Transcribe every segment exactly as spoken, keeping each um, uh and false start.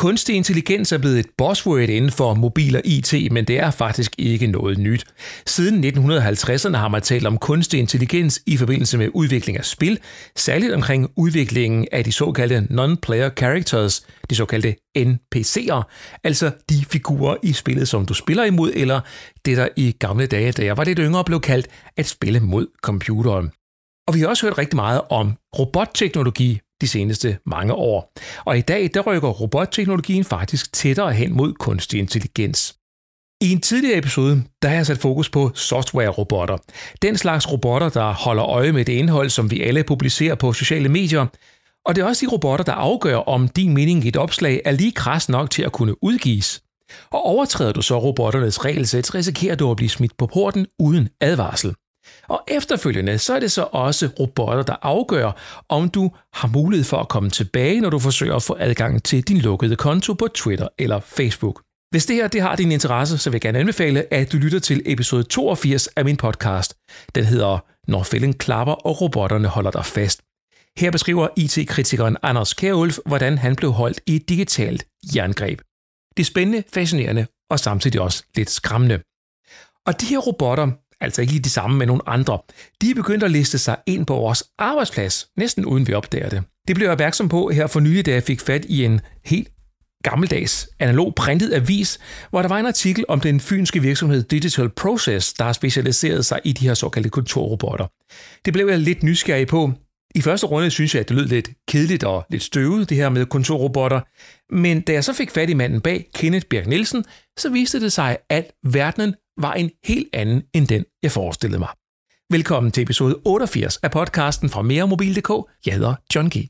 Kunstig intelligens er blevet et buzzword inden for mobil og I T, men det er faktisk ikke noget nyt. Siden nitten halvtredserne har man talt om kunstig intelligens i forbindelse med udvikling af spil, særligt omkring udviklingen af de såkaldte non-player characters, de såkaldte N P C'er, altså de figurer i spillet, som du spiller imod, eller det der i gamle dage, da jeg var lidt yngre, blev kaldt at spille mod computeren. Og vi har også hørt rigtig meget om robotteknologi de seneste mange år. Og i dag, der rykker robotteknologien faktisk tættere hen mod kunstig intelligens. I en tidligere episode, der har jeg sat fokus på software-robotter. Den slags robotter, der holder øje med det indhold, som vi alle publicerer på sociale medier. Og det er også de robotter, der afgør, om din mening i et opslag er lige kras nok til at kunne udgives. Og overtræder du så robotternes regelsæt, risikerer du at blive smidt på porten uden advarsel. Og efterfølgende, så er det så også robotter, der afgør, om du har mulighed for at komme tilbage, når du forsøger at få adgang til din lukkede konto på Twitter eller Facebook. Hvis det her det har din interesse, så vil jeg gerne anbefale, at du lytter til episode toogfirs af min podcast. Den hedder Når fælden klapper og robotterne holder dig fast. Her beskriver I T-kritikeren Anders Kjærulf, hvordan han blev holdt i et digitalt jerngreb. Det er spændende, fascinerende og samtidig også lidt skræmmende. Og de her robotter, altså ikke lige de samme med nogle andre, de er begyndt at liste sig ind på vores arbejdsplads, næsten uden vi opdager det. Det blev jeg opmærksom på her for nylig, da jeg fik fat i en helt gammeldags analog printet avis, hvor der var en artikel om den fynske virksomhed Digital Process, der har specialiseret sig i de her såkaldte kontorrobotter. Det blev jeg lidt nysgerrig på. I første runde synes jeg, at det lød lidt kedeligt og lidt støvet, det her med kontorrobotter. Men da jeg så fik fat i manden bag, Kenneth Birk Nielsen, så viste det sig, at verdenen var en helt anden end den, jeg forestillede mig. Velkommen til episode otteogfirs af podcasten fra meremobil punktum d k. Jeg hedder John G.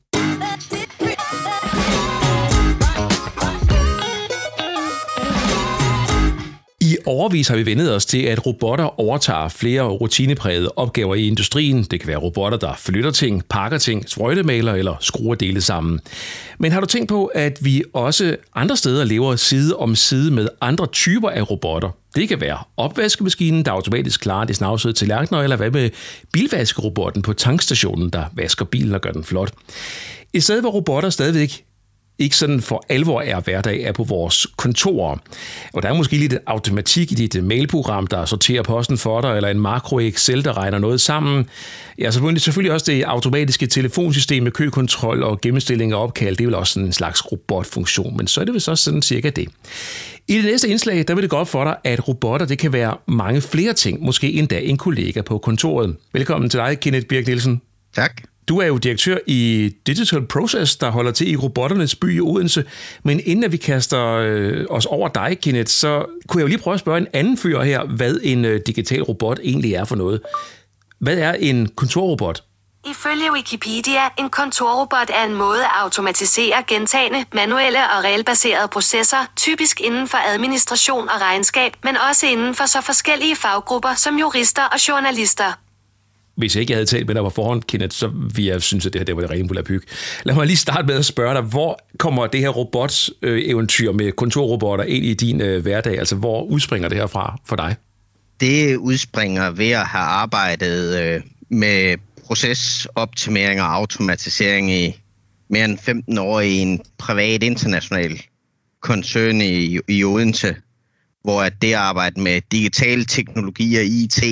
I årevis har vi vendet os til, at robotter overtager flere rutineprægede opgaver i industrien. Det kan være robotter, der flytter ting, pakker ting, sprøjtemaler eller skruer dele sammen. Men har du tænkt på, at vi også andre steder lever side om side med andre typer af robotter? Det kan være opvaskemaskinen, der automatisk klarer de snavsede tallerkener, eller hvad med bilvaskerobotten på tankstationen, der vasker bilen og gør den flot. I stedet hvor robotter stadigvæk ikke sådan for alvor er hverdag er på vores kontorer. Og der er måske lidt automatik i dit mailprogram, der sorterer posten for dig, eller en makro i Excel, der regner noget sammen. Ja, selvfølgelig, selvfølgelig også det automatiske telefonsystem med køkontrol og gennemstilling af opkald. Det er vel også sådan en slags robotfunktion, men så er det vist også sådan cirka det. I det næste indslag, der vil det gå op for dig, at robotter det kan være mange flere ting, måske endda en kollega på kontoret. Velkommen til dig, Kenneth Birk Nielsen. Tak. Du er jo direktør i Digital Process, der holder til i robotternes by i Odense. Men inden vi kaster øh, os over dig, Kenneth, så kunne jeg jo lige prøve at spørge en anden fyr her, hvad en øh, digital robot egentlig er for noget. Hvad er en kontorrobot? Ifølge Wikipedia, en kontorrobot er en måde at automatisere gentagne, manuelle og regelbaserede processer, typisk inden for administration og regnskab, men også inden for så forskellige faggrupper som jurister og journalister. Hvis jeg ikke havde talt med dig på forhånd, Kenneth, så ville jeg synes, at det her det var det rene volapyk. Lad mig lige starte med at spørge dig, hvor kommer det her roboteventyr med kontorrobotter ind i din øh, hverdag? Altså, hvor udspringer det her fra for dig? Det udspringer ved at have arbejdet øh, med procesoptimering og automatisering i mere end femten år i en privat international koncern i, i Odense, hvor at det arbejde med digital teknologi og I T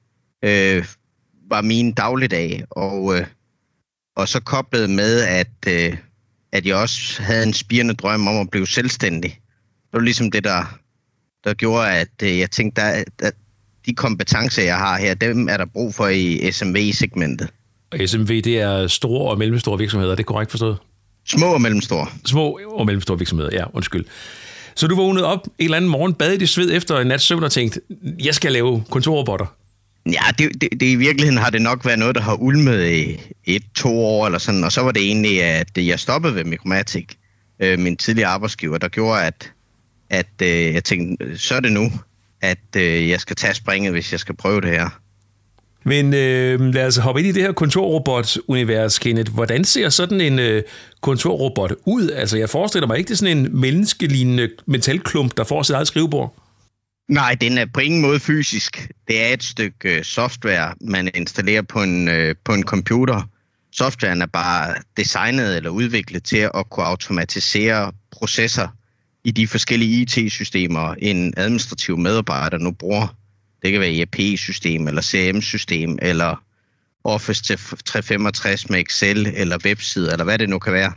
øh, var min dagligdag, og, øh, og så koblet med, at, øh, at jeg også havde en spirende drøm om at blive selvstændig. Det var ligesom det, der, der gjorde, at øh, jeg tænkte, at, at de kompetencer, jeg har her, dem er der brug for i S M V-segmentet. Og S M V, det er store og mellemstore virksomheder, det er korrekt forstået? Små og mellemstore. Små og mellemstore virksomheder, ja, undskyld. Så du vågnede op en eller anden morgen, badet i sved efter en nat søvn og tænkte, jeg skal lave kontorrobotter. Ja, det, det, det i virkeligheden har det nok været noget, der har ulmet i et, to år eller sådan, og så var det egentlig, at jeg stoppede ved Micromatic, øh, min tidligere arbejdsgiver, der gjorde, at, at øh, jeg tænkte, så er det nu, at øh, jeg skal tage springet, hvis jeg skal prøve det her. Men øh, lad os hoppe ind i det her kontorrobot-univers, Kenneth. Hvordan ser sådan en øh, kontorrobot ud? Altså, jeg forestiller mig ikke, det er sådan en menneskelignende metalklump, der får sit eget skrivebord. Nej, den er på ingen måde fysisk. Det er et stykke software, man installerer på en, på en computer. Softwaren er bare designet eller udviklet til at kunne automatisere processer i de forskellige I T-systemer, en administrativ medarbejder nu bruger. Det kan være E R P-system, eller C R M-system, eller Office tre hundrede femogtres med Excel, eller webside, eller hvad det nu kan være.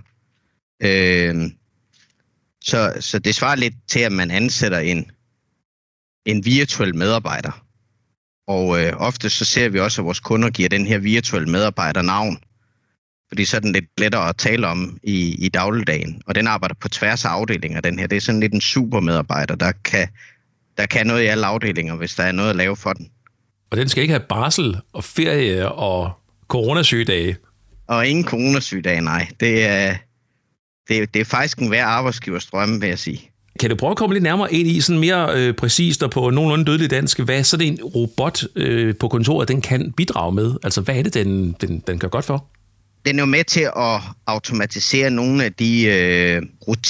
Øh, så, så det svarer lidt til, at man ansætter en, en virtuel medarbejder. Og øh, ofte så ser vi også, at vores kunder giver den her virtuelle medarbejder navn. Fordi så er den lidt lettere at tale om i, i dagligdagen. Og den arbejder på tværs af afdelinger, den her. Det er sådan lidt en super medarbejder, der kan, der kan noget i alle afdelinger, hvis der er noget at lave for den. Og den skal ikke have barsel og ferie og coronasygedage? Og ingen coronasygedage, nej. Det er, det, det er faktisk en hver arbejdsgivers drømme, vil jeg sige. Kan du prøve at komme lidt nærmere ind i, sådan mere øh, præcist og på nogenlunde dødelig dansk, hvad sådan en robot øh, på kontoret, den kan bidrage med? Altså, hvad er det, den, den, den gør godt for? Den er jo med til at automatisere nogle af de øh,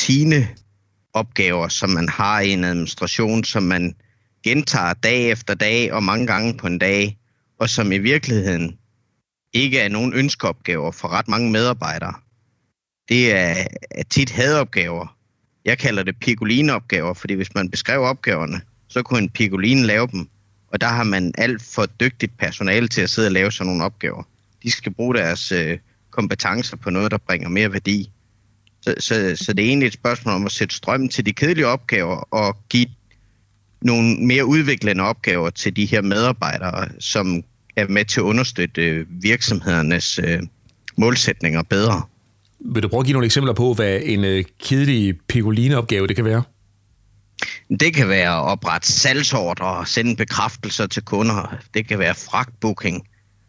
rutineopgaver, som man har i en administration, som man gentager dag efter dag og mange gange på en dag, og som i virkeligheden ikke er nogen ønskeopgaver for ret mange medarbejdere. Det er, er tit hadopgaver. Jeg kalder det Piccoline-opgaver, fordi hvis man beskrev opgaverne, så kunne en Piccoline lave dem, og der har man alt for dygtigt personale til at sidde og lave sådan nogle opgaver. De skal bruge deres øh, kompetencer på noget, der bringer mere værdi. Så, så, så det er egentlig et spørgsmål om at sætte strøm til de kedelige opgaver og give nogle mere udviklende opgaver til de her medarbejdere, som er med til at understøtte virksomhedernes øh, målsætninger bedre. Vil du prøve at give nogle eksempler på, hvad en øh, kedelig Piccoline-opgave det kan være? Det kan være at oprette salgsordre og sende bekræftelser til kunder. Det kan være fragtbooking.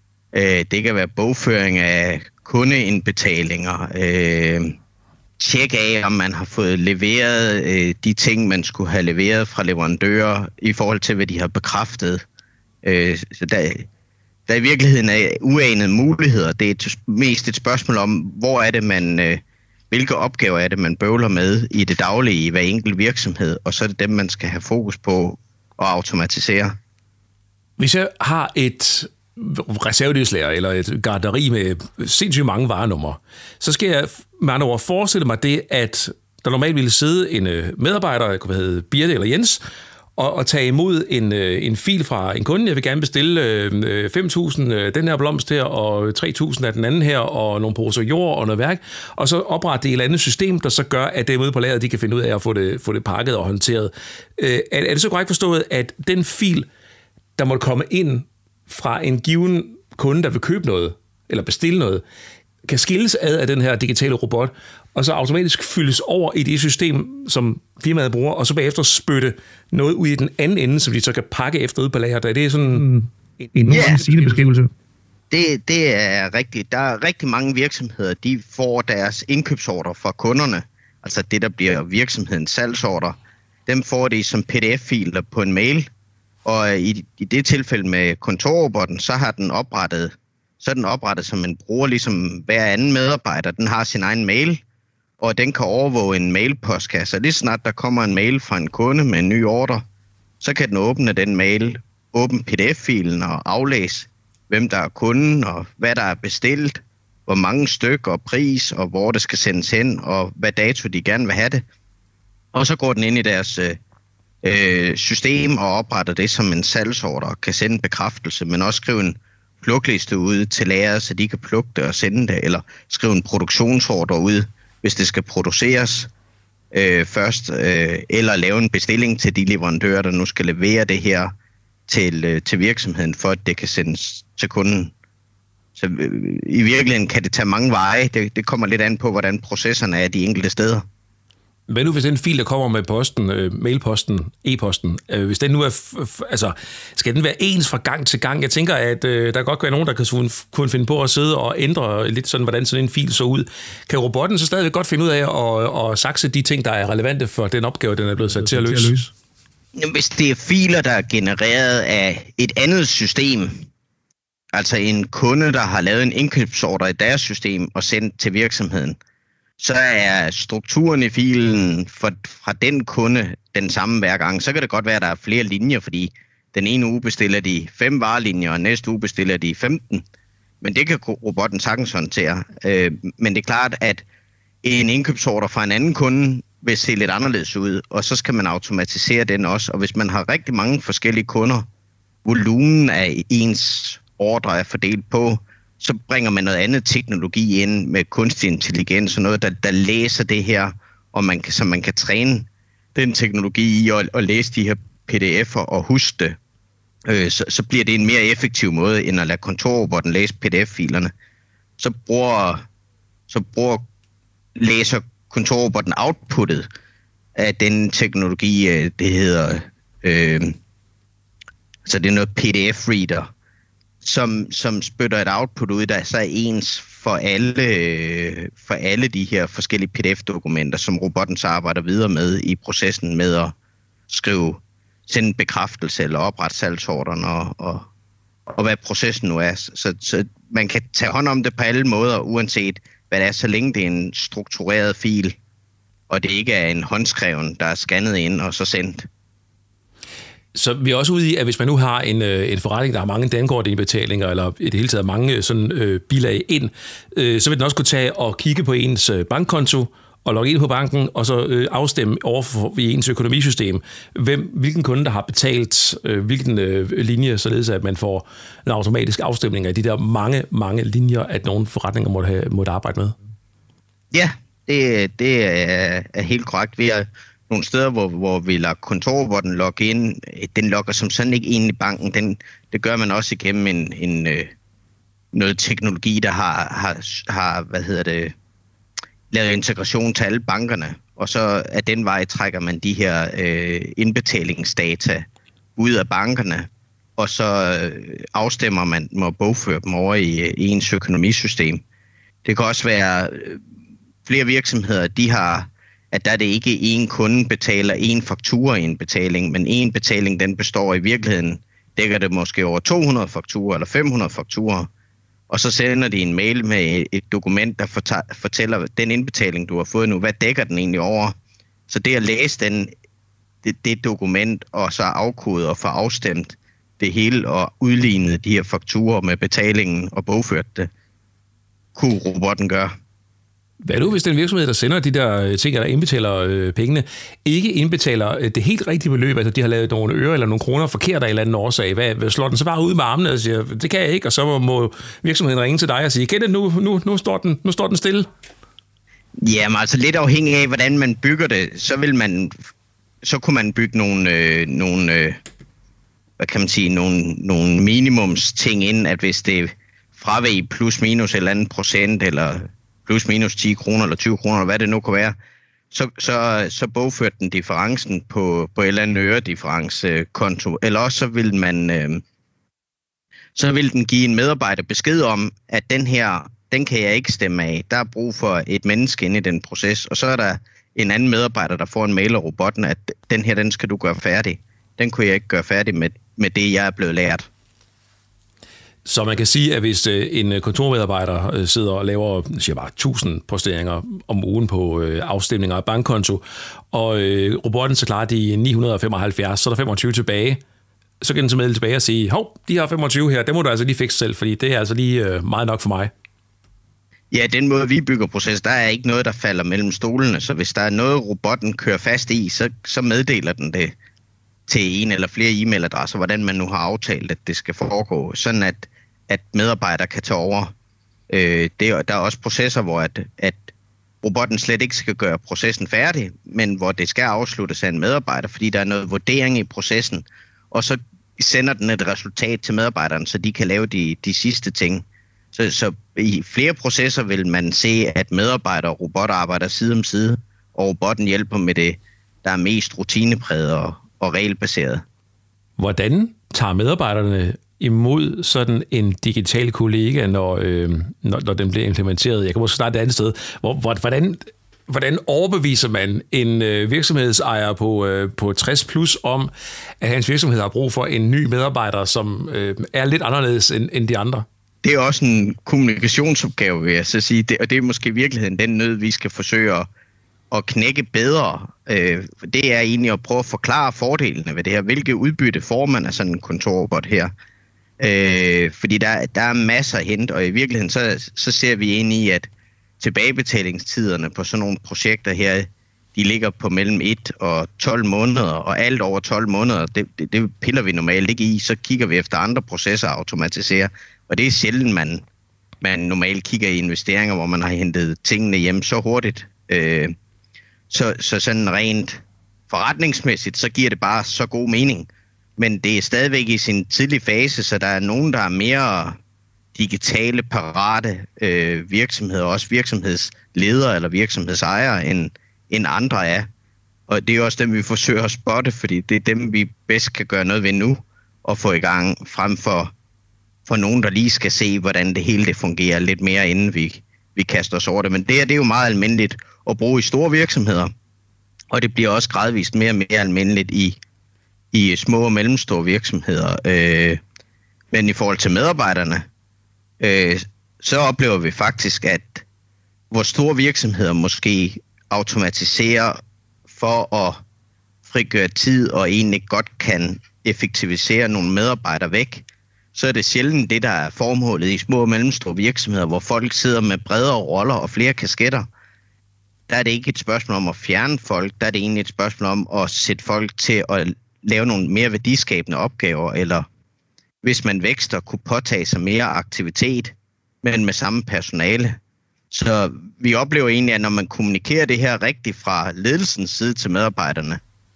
Øh, det kan være bogføring af kundeindbetalinger. Øh, tjek af, om man har fået leveret øh, de ting, man skulle have leveret fra leverandører i forhold til, hvad de har bekræftet. Øh, så der, der i virkeligheden er uanede muligheder. Det er et, mest et spørgsmål om, hvor er det, man, øh, hvilke opgaver er det, man bøvler med i det daglige i hver enkelt virksomhed, og så er det dem, man skal have fokus på at automatisere. Hvis jeg har et reservedyrslager eller et garderi med sindssygt mange varenumre, så skal jeg med andre ord forestille mig det, at der normalt ville sidde en medarbejder, jeg kunne hedde Birte eller Jens, og, og tage imod en, en fil fra en kunde. Jeg vil gerne bestille øh, fem tusind den her blomst her, og tre tusind af den anden her, og nogle poser jord og noget værk, og så oprette det et eller andet system, der så gør, at det ude på lageret, de kan finde ud af at få det, få det pakket og håndteret. Øh, er, er det så korrekt forstået, at den fil, der måtte komme ind fra en given kunde, der vil købe noget, eller bestille noget, kan skilles ad af den her digitale robot, og så automatisk fyldes over i det system, som firmaet bruger, og så bagefter spytte noget ud i den anden ende, som de så kan pakke efter ude på lageret. Er det sådan mm. en, en ja, sigende beskrivelse? Det, det er rigtigt. Der er rigtig mange virksomheder, de får deres indkøbsordre fra kunderne, altså det, der bliver virksomhedens salgsordre, dem får de som P D F-filer på en mail, og i, i det tilfælde med kontorrobotten, så har den oprettet, så er den oprettet som en bruger, ligesom hver anden medarbejder. Den har sin egen mail, og den kan overvåge en mailpostkasse. Lige snart der kommer en mail fra en kunde med en ny ordre, så kan den åbne den mail, åbne P D F-filen og aflæse, hvem der er kunden, og hvad der er bestilt, hvor mange stykker, og pris, og hvor det skal sendes hen, og hvad dato de gerne vil have det. Og så går den ind i deres øh, system og opretter det som en salgsordre, og kan sende en bekræftelse, men også skrive en plukliste ud til lageret, så de kan plukke det og sende det, eller skrive en produktionsordre ud, hvis det skal produceres øh, først, øh, eller lave en bestilling til de leverandører, der nu skal levere det her til, øh, til virksomheden, for at det kan sendes til kunden. Så øh, i virkeligheden kan det tage mange veje. Det, det kommer lidt an på, hvordan processerne er de enkelte steder. Hvad nu, hvis den fil, der kommer med posten, øh, mailposten, e-posten, øh, hvis den nu er, f- f- altså, skal den være ens fra gang til gang? Jeg tænker, at øh, der godt være nogen, der kan kunne finde på at sidde og ændre lidt sådan, hvordan sådan en fil så ud. Kan robotten så stadigvæk godt finde ud af at, at sakse de ting, der er relevante for den opgave, den er blevet sat til at løse? Hvis det er filer, der er genereret af et andet system, altså en kunde, der har lavet en indkøbsordre i deres system og sendt til virksomheden, så er strukturen i filen for, fra den kunde den samme hver gang. Så kan det godt være, at der er flere linjer, fordi den ene uge bestiller de fem varelinjer, og næste uge bestiller de femten. Men det kan robotten sagtens håndtere. Øh, men det er klart, at en indkøbsordre fra en anden kunde vil se lidt anderledes ud, og så skal man automatisere den også. Og hvis man har rigtig mange forskellige kunder, volumen af ens ordre er fordelt på, så bringer man noget andet teknologi ind med kunstig intelligens og noget, der, der læser det her, og man kan, så man kan træne den teknologi i at, at læse de her P D F'er og huske det. Øh, så, så bliver det en mere effektiv måde, end at lade kontorrobotten læse P D F-filerne. Så bruger, så bruger læser kontorrobotten outputtet af den teknologi, det hedder, øh, så det er noget P D F-reader, som, som spytter et output ud, der så er ens for alle, for alle de her forskellige P D F-dokumenter, som robotten så arbejder videre med i processen med at skrive, sende en bekræftelse eller oprette salgsordren og, og, og hvad processen nu er. Så, så man kan tage hånd om det på alle måder, uanset hvad det er, så længe det er en struktureret fil, og det ikke er en håndskreven, der er scannet ind og så sendt. Så vi er også ude i, at hvis man nu har en, en forretning, der har mange dankortindbetalinger, eller i det hele taget mange sådan, øh, bilag ind, øh, så vil den også kunne tage og kigge på ens bankkonto, og logge ind på banken, og så øh, afstemme over for i ens økonomisystem, hvem, hvilken kunde, der har betalt øh, hvilken øh, linje, således at man får en automatisk afstemning af de der mange, mange linjer, at nogle forretninger måtte, have, måtte arbejde med. Ja, det, det er, er helt korrekt. Vi har nogle steder, hvor, hvor vi lader kontor, hvor den logger ind. Den logger som sådan ikke ind i banken. Den, det gør man også igennem en, en, øh, noget teknologi, der har, har, har hvad hedder det, lavet integration til alle bankerne, og så af den vej trækker man de her øh, indbetalingsdata ud af bankerne, og så øh, afstemmer man dem og bogfører dem over i, i ens økonomisystem. Det kan også være øh, flere virksomheder, de har, at der er det ikke én kunde betaler én faktura i en betaling, men én betaling, den består i virkeligheden, dækker det måske over to hundrede fakturer eller fem hundrede fakturer, og så sender de en mail med et dokument, der fortæller, den indbetaling, du har fået nu, hvad dækker den egentlig over? Så det at læse den, det, det dokument, og så afkode og få afstemt det hele, og udlignet de her fakturer med betalingen og bogført det, kunne robotten gøre. Hvad nu, hvis den virksomhed, der sender de der ting, der indbetaler øh, pengene, ikke indbetaler det helt rigtige beløb, altså de har lavet nogle øre eller nogle kroner forkert af en eller anden årsag? Hvad, hvad slår den så bare ud med armene og siger, det kan jeg ikke, og så må, må virksomheden ringe til dig og sige, kan det nu, nu, nu, står den, nu står den stille? Jamen altså lidt afhængig af, hvordan man bygger det, så vil man, så kunne man bygge nogle, øh, nogle øh, hvad kan man sige, nogle, nogle minimumsting ind, at hvis det fravig plus minus et eller andet procent, eller plus minus ti kroner eller tyve kroner, eller hvad det nu kan være, så, så, så bogførte den differencen på, på et eller andet øredifferencekonto. Eller også så vil man øh, så vil den give en medarbejder besked om, at den her, den kan jeg ikke stemme af. Der er brug for et menneske inde i den proces. Og så er der en anden medarbejder, der får en mail af robotten, at den her, den skal du gøre færdig. Den kunne jeg ikke gøre færdig med, med det, jeg er blevet lært. Så man kan sige, at hvis en kontormedarbejder sidder og laver, siger bare, tusind posteringer om ugen på afstemninger af bankkonto, og robotten så klarer de ni hundrede og femoghalvfjerds, så er der femogtyve tilbage, så kan den så melde tilbage og sige, hov, de har femogtyve her, det må du altså lige fikse selv, fordi det er altså lige meget nok for mig. Ja, den måde, vi bygger proces, der er ikke noget, der falder mellem stolene, så hvis der er noget, robotten kører fast i, så, så meddeler den det til en eller flere e-mailadresser, hvordan man nu har aftalt, at det skal foregå, sådan at, at medarbejdere kan tage over. Øh, det, der er også processer, hvor at, at robotten slet ikke skal gøre processen færdig, men hvor det skal afsluttes af en medarbejder, fordi der er noget vurdering i processen, og så sender den et resultat til medarbejderen, så de kan lave de, de sidste ting. Så, så i flere processer vil man se, at medarbejdere og robotter arbejder side om side, og robotten hjælper med det, der er mest rutinepræget og og regelbaseret. Hvordan tager medarbejderne imod sådan en digital kollega, når, øh, når, når den bliver implementeret? Jeg kan måske starte et andet sted. Hvor, hvordan, hvordan overbeviser man en øh, virksomhedsejer på, øh, på tres plus om, at hans virksomhed har brug for en ny medarbejder, som øh, er lidt anderledes end, end de andre? Det er også en kommunikationsopgave, vil jeg så sige. Det, og det er måske i virkeligheden den nød, vi skal forsøge at at knække bedre, øh, det er egentlig at prøve at forklare fordelene ved det her. Hvilke udbytte får man af sådan en kontorrobot her? Øh, fordi der, der er masser at hente, og i virkeligheden så, så ser vi ind i, at tilbagebetalingstiderne på sådan nogle projekter her, de ligger på mellem et og tolv måneder, og alt over tolv måneder, det, det, det piller vi normalt ikke i. Så kigger vi efter andre processer at automatisere, og det er sjældent, man, man normalt kigger i investeringer, hvor man har hentet tingene hjem så hurtigt. Øh, så, så sådan rent forretningsmæssigt, så giver det bare så god mening. Men det er stadigvæk i sin tidlige fase, så der er nogen, der er mere digitale, parate øh, virksomheder, også virksomhedsledere eller virksomhedsejere, end, end andre er. Og det er også dem, vi forsøger at spotte, fordi det er dem, vi bedst kan gøre noget ved nu og få i gang, frem for, for nogen, der lige skal se, hvordan det hele det fungerer lidt mere, inden vi, vi kaster os over det. Men det her, det er jo meget almindeligt at bruge i store virksomheder, og det bliver også gradvist mere og mere almindeligt i, i små og mellemstore virksomheder. Øh, men i forhold til medarbejderne, øh, så oplever vi faktisk, at hvor store virksomheder måske automatiserer for at frigøre tid og egentlig godt kan effektivisere nogle medarbejdere væk, så er det sjældent det, der er formålet i små og mellemstore virksomheder, hvor folk sidder med bredere roller og flere kasketter. Der er det ikke et spørgsmål om at fjerne folk, der er det egentlig et spørgsmål om at sætte folk til at lave nogle mere værdiskabende opgaver, eller hvis man vækster, kunne påtage sig mere aktivitet, men med samme personale. Så vi oplever egentlig, at når man kommunikerer det her rigtigt fra ledelsens side til medarbejderne,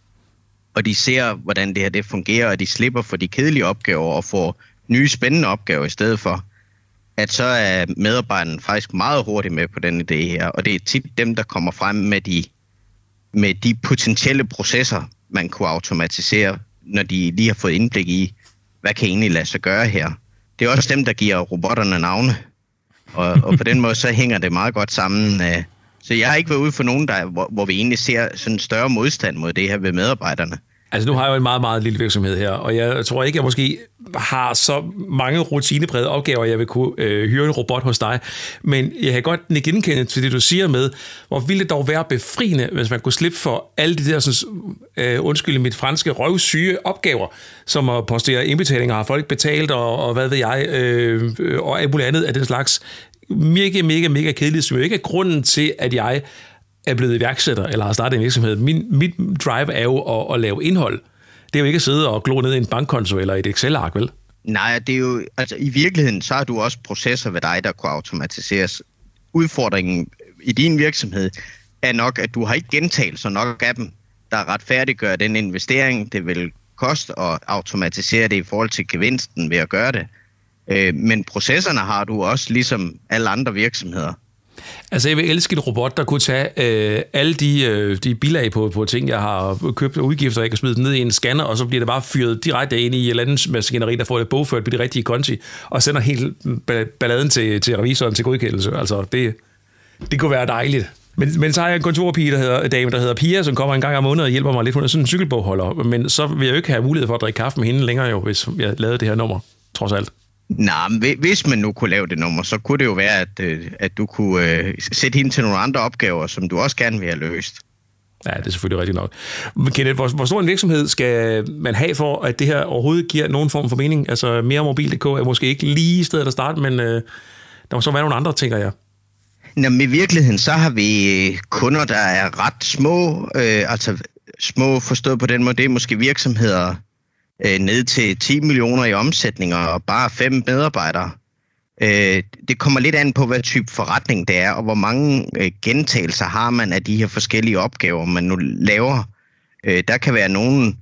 og de ser, hvordan det her det fungerer, og de slipper for de kedelige opgaver og får nye spændende opgaver i stedet for, at så er medarbejderne faktisk meget hurtigt med på den idé her, og det er tit dem, der kommer frem med de, med de potentielle processer, man kunne automatisere, når de lige har fået indblik i, hvad kan egentlig lade sig gøre her. Det er også dem, der giver robotterne navne, og, og på den måde så hænger det meget godt sammen. Så jeg har ikke været ude for nogen, der, hvor, hvor vi egentlig ser sådan en større modstand mod det her ved medarbejderne. Altså nu har jeg jo en meget, meget lille virksomhed her, og jeg tror ikke, jeg måske har så mange rutineprægede opgaver, jeg vil kunne øh, hyre en robot hos dig. Men jeg kan godt genkende til det, du siger med, hvor ville det dog være befriende, hvis man kunne slippe for alle de der, sådan, øh, undskyld mit franske, røvsyge opgaver, som at postere indbetalinger, har folk betalt, og, og hvad ved jeg, øh, og alt muligt andet af den slags mega, mega, mega kedeligt, som jo ikke er grunden til, at jeg er blevet iværksætter eller har startet en virksomhed. Min, mit drive er jo at, at lave indhold. Det er jo ikke at sidde og glo ned i en bankkonto eller et Excel-ark, vel? Nej, det er jo, altså i virkeligheden, så har du også processer ved dig, der kunne automatiseres. Udfordringen i din virksomhed er nok, at du har ikke gentagelser nok af dem, der retfærdiggør den investering, det vil koste at automatisere det i forhold til gevinsten ved at gøre det. Men processerne har du også, ligesom alle andre virksomheder. Altså, jeg vil elske en robot, der kunne tage øh, alle de, øh, de bilag på, på ting, jeg har købt og udgifter, jeg kan smide dem ned i en scanner, og så bliver det bare fyret direkte ind i et eller andet maskineri, der får det bogført på de rigtige konti, og sender helt balladen til, til revisoren til godkendelse. Altså, det, det kunne være dejligt. Men, men så har jeg en kontorpige, der hedder, dame, der hedder Pia, som kommer en gang om måneden og hjælper mig lidt. Hun er sådan en cykelbogholder, men så vil jeg jo ikke have mulighed for at drikke kaffe med hende længere, jo, hvis jeg lavede det her nummer, trods alt. Nej, men hvis man nu kunne lave det nummer, så kunne det jo være, at, at du kunne øh, sætte hende til nogle andre opgaver, som du også gerne vil have løst. Ja, det er selvfølgelig rigtigt nok. Men Kenneth, hvor, hvor stor en virksomhed skal man have for, at det her overhovedet giver nogen form for mening? Altså, mere mobil punktum d k er måske ikke lige stedet at starte, men øh, der må så være nogle andre, tænker jeg. Jamen, i virkeligheden, så har vi kunder, der er ret små, øh, altså små forstået på den måde, det er måske virksomheder, ned til ti millioner i omsætninger og bare fem medarbejdere. Det kommer lidt an på, hvad type forretning det er, og hvor mange gentagelser har man af de her forskellige opgaver, man nu laver. Der kan være nogen,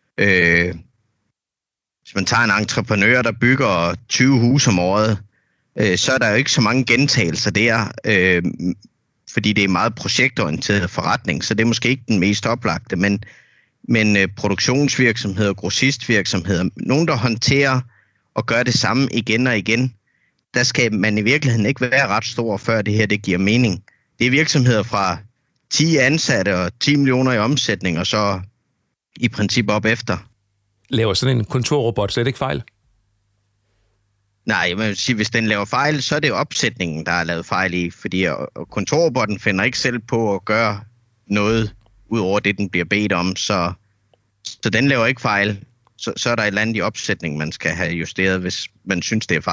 hvis man tager en entreprenør, der bygger tyve huse om året, så er der jo ikke så mange gentagelser der, fordi det er meget projektorienteret forretning, så det er måske ikke den mest oplagte, men Men øh, produktionsvirksomheder, grossistvirksomheder, nogen der håndterer og gør det samme igen og igen, der skal man i virkeligheden ikke være ret stor, før det her det giver mening. Det er virksomheder fra ti ansatte og ti millioner i omsætning, og så i princip op efter. Laver sådan en kontorrobot slet ikke fejl? Nej, jeg vil sige, hvis den laver fejl, så er det opsætningen, der er lavet fejl i, fordi kontorrobotten finder ikke selv på at gøre noget ud over det, den bliver bedt om, så, så den laver ikke fejl. Så, så er der et eller andet i opsætningen, man skal have justeret, hvis man synes, det er fejl.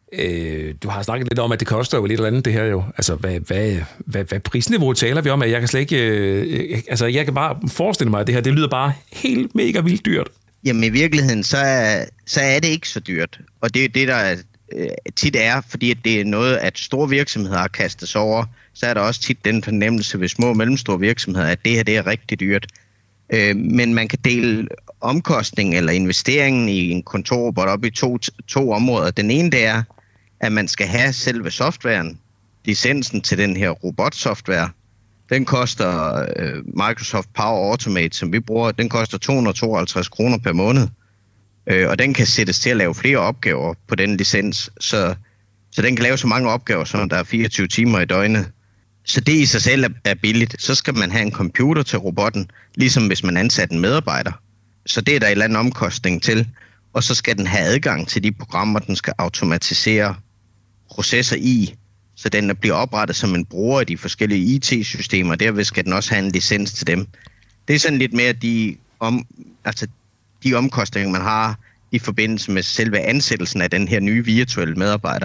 Øh, du har snakket lidt om, at det koster jo lidt eller andet det her jo. Altså, hvad, hvad, hvad, hvad prisniveau taler vi om? Jeg kan slet ikke... Øh, altså, jeg kan bare forestille mig, at det her, det lyder bare helt mega vildt dyrt. Jamen, i virkeligheden, så er, så er det ikke så dyrt. Og det er det, der øh, tit er, fordi det er noget, at store virksomheder har kastet sig over. Så er der også tit den fornemmelse ved små og mellemstore virksomheder, at det her, det er rigtig dyrt. Øh, men man kan dele omkostningen eller investeringen i en kontorrobot op i to, to områder. Den ene, det er, at man skal have selve softwaren, licensen til den her robotsoftware. Den koster øh, Microsoft Power Automate, som vi bruger, den koster to hundrede og tooghalvtreds kroner per måned. Øh, og den kan sættes til at lave flere opgaver på den licens, så, så den kan lave så mange opgaver, som der er fireogtyve timer i døgnet. Så det i sig selv er, er billigt. Så skal man have en computer til robotten, ligesom hvis man ansætter en medarbejder. Så det er der en eller anden omkostning til. Og så skal den have adgang til de programmer, den skal automatisere processer i, så den bliver oprettet som en bruger af de forskellige I T-systemer. Derved skal den også have en licens til dem. Det er sådan lidt mere de, om, altså de omkostninger, man har i forbindelse med selve ansættelsen af den her nye virtuelle medarbejder.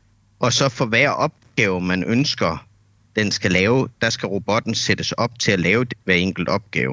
Og så for hver opgave, man ønsker, den skal lave, der skal robotten sættes op til at lave hver enkelt opgave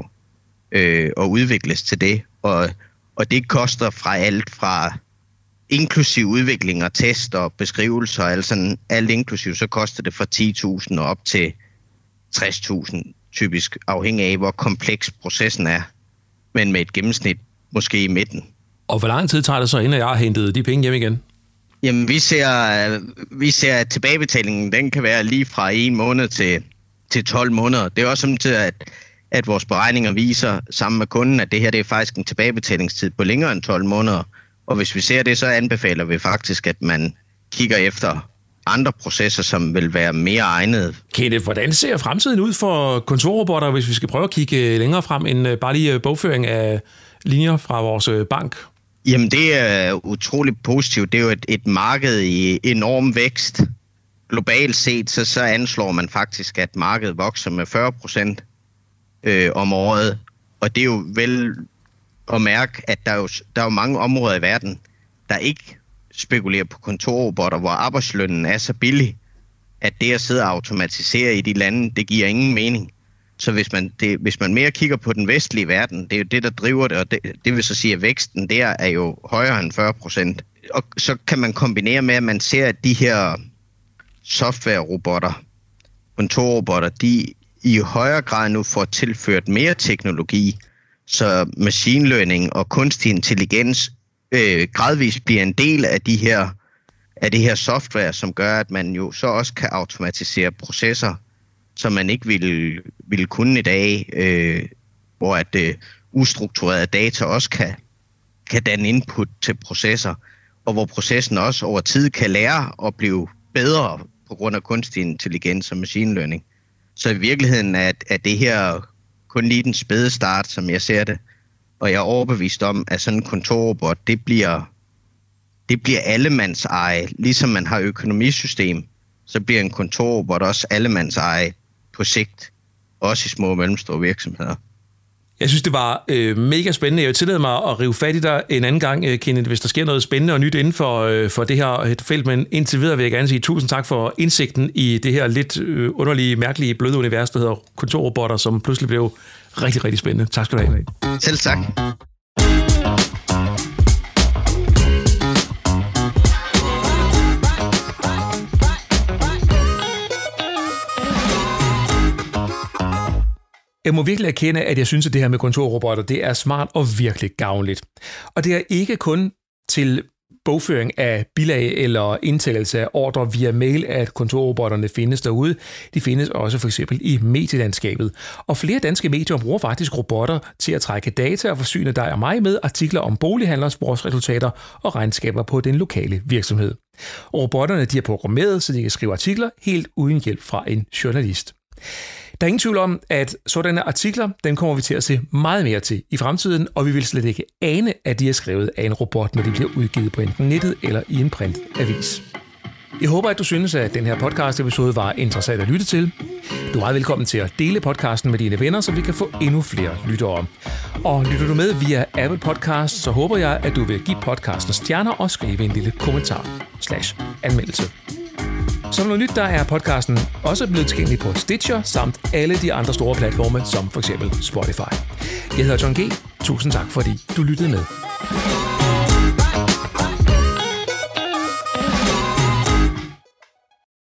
øh, og udvikles til det. Og, og det koster fra alt fra inklusiv udvikling og test og beskrivelser, altså alt inklusiv, så koster det fra ti tusind og op til tres tusind, typisk afhængig af, hvor kompleks processen er, men med et gennemsnit måske i midten. Og hvor lang tid tager det så, inden jeg har hentet de penge hjem igen? Jamen, vi ser, vi ser at tilbagebetalingen, den kan være lige fra en måned til, til tolv måneder. Det er også samtidig, at, at vores beregninger viser sammen med kunden, at det her det er faktisk en tilbagebetalingstid på længere end tolv måneder. Og hvis vi ser det, så anbefaler vi faktisk, at man kigger efter andre processer, som vil være mere egnede. Kenneth, hvordan ser fremtiden ud for kontorrobotter, hvis vi skal prøve at kigge længere frem end bare lige bogføring af linjer fra vores bank? Jamen, det er utroligt positivt. Det er jo et, et marked i enorm vækst. Globalt set, så, så anslår man faktisk, at markedet vokser med fyrre procent øh, om året. Og det er jo vel at mærke, at der er, jo, der er jo mange områder i verden, der ikke spekulerer på kontorrobotter, hvor arbejdslønnen er så billig, at det at sidde og automatisere i de lande, det giver ingen mening. Så hvis man, det, hvis man mere kigger på den vestlige verden, det er jo det, der driver det, og det, det vil så sige, at væksten der er jo højere end fyrre procent. Og så kan man kombinere med, at man ser, at de her software-robotter, kontorrobotter, de i højere grad nu får tilført mere teknologi, så machine learning og kunstig intelligens øh, gradvist bliver en del af de her af det her software, som gør, at man jo så også kan automatisere processer, som man ikke ville, ville kunne i dag, øh, hvor at øh, ustrukturerede data også kan, kan danne input til processer, og hvor processen også over tid kan lære at blive bedre på grund af kunstig intelligens og machine learning. Så i virkeligheden er, er det her kun lige den spæde start, som jeg ser det, og jeg er overbevist om, at sådan en kontorrobot, det bliver, det bliver allemands eje, ligesom man har økonomisystem, så bliver en kontorrobot også allemands eje på sigt, også i små og mellemstore virksomheder. Jeg synes, det var øh, mega spændende. Jeg vil tillade mig at rive fat i dig en anden gang, Kenneth, hvis der sker noget spændende og nyt inden for, øh, for det her felt. Men indtil videre vil jeg gerne sige tusind tak for indsigten i det her lidt øh, underlige, mærkelige, bløde univers, der hedder kontorrobotter, som pludselig blev rigtig, rigtig spændende. Tak skal du have. Selv tak. Jeg må virkelig erkende, at jeg synes, at det her med kontorrobotter, det er smart og virkelig gavnligt. Og det er ikke kun til bogføring af bilag eller indtagelse af ordre via mail, at kontorrobotterne findes derude. De findes også for eksempel i medielandskabet. Og flere danske medier bruger faktisk robotter til at trække data og forsyne dig og mig med artikler om bolighandlers sportsresultater og regnskaber på den lokale virksomhed. Og robotterne de er programmeret, så de kan skrive artikler helt uden hjælp fra en journalist. Der er ingen tvivl om, at sådanne artikler, dem kommer vi til at se meget mere til i fremtiden, og vi vil slet ikke ane, at de er skrevet af en robot, når de bliver udgivet på enten nettet eller i en printavis. Jeg håber, at du synes, at den her podcast-episode var interessant at lytte til. Du er meget velkommen til at dele podcasten med dine venner, så vi kan få endnu flere lyttere. Og lytter du med via Apple Podcasts, så håber jeg, at du vil give podcasten stjerner og skrive en lille kommentar slash anmeldelse. Som noget nyt, der er podcasten også blevet tilgængelig på Stitcher, samt alle de andre store platforme, som for eksempel Spotify. Jeg hedder John G. Tusind tak, fordi du lyttede med.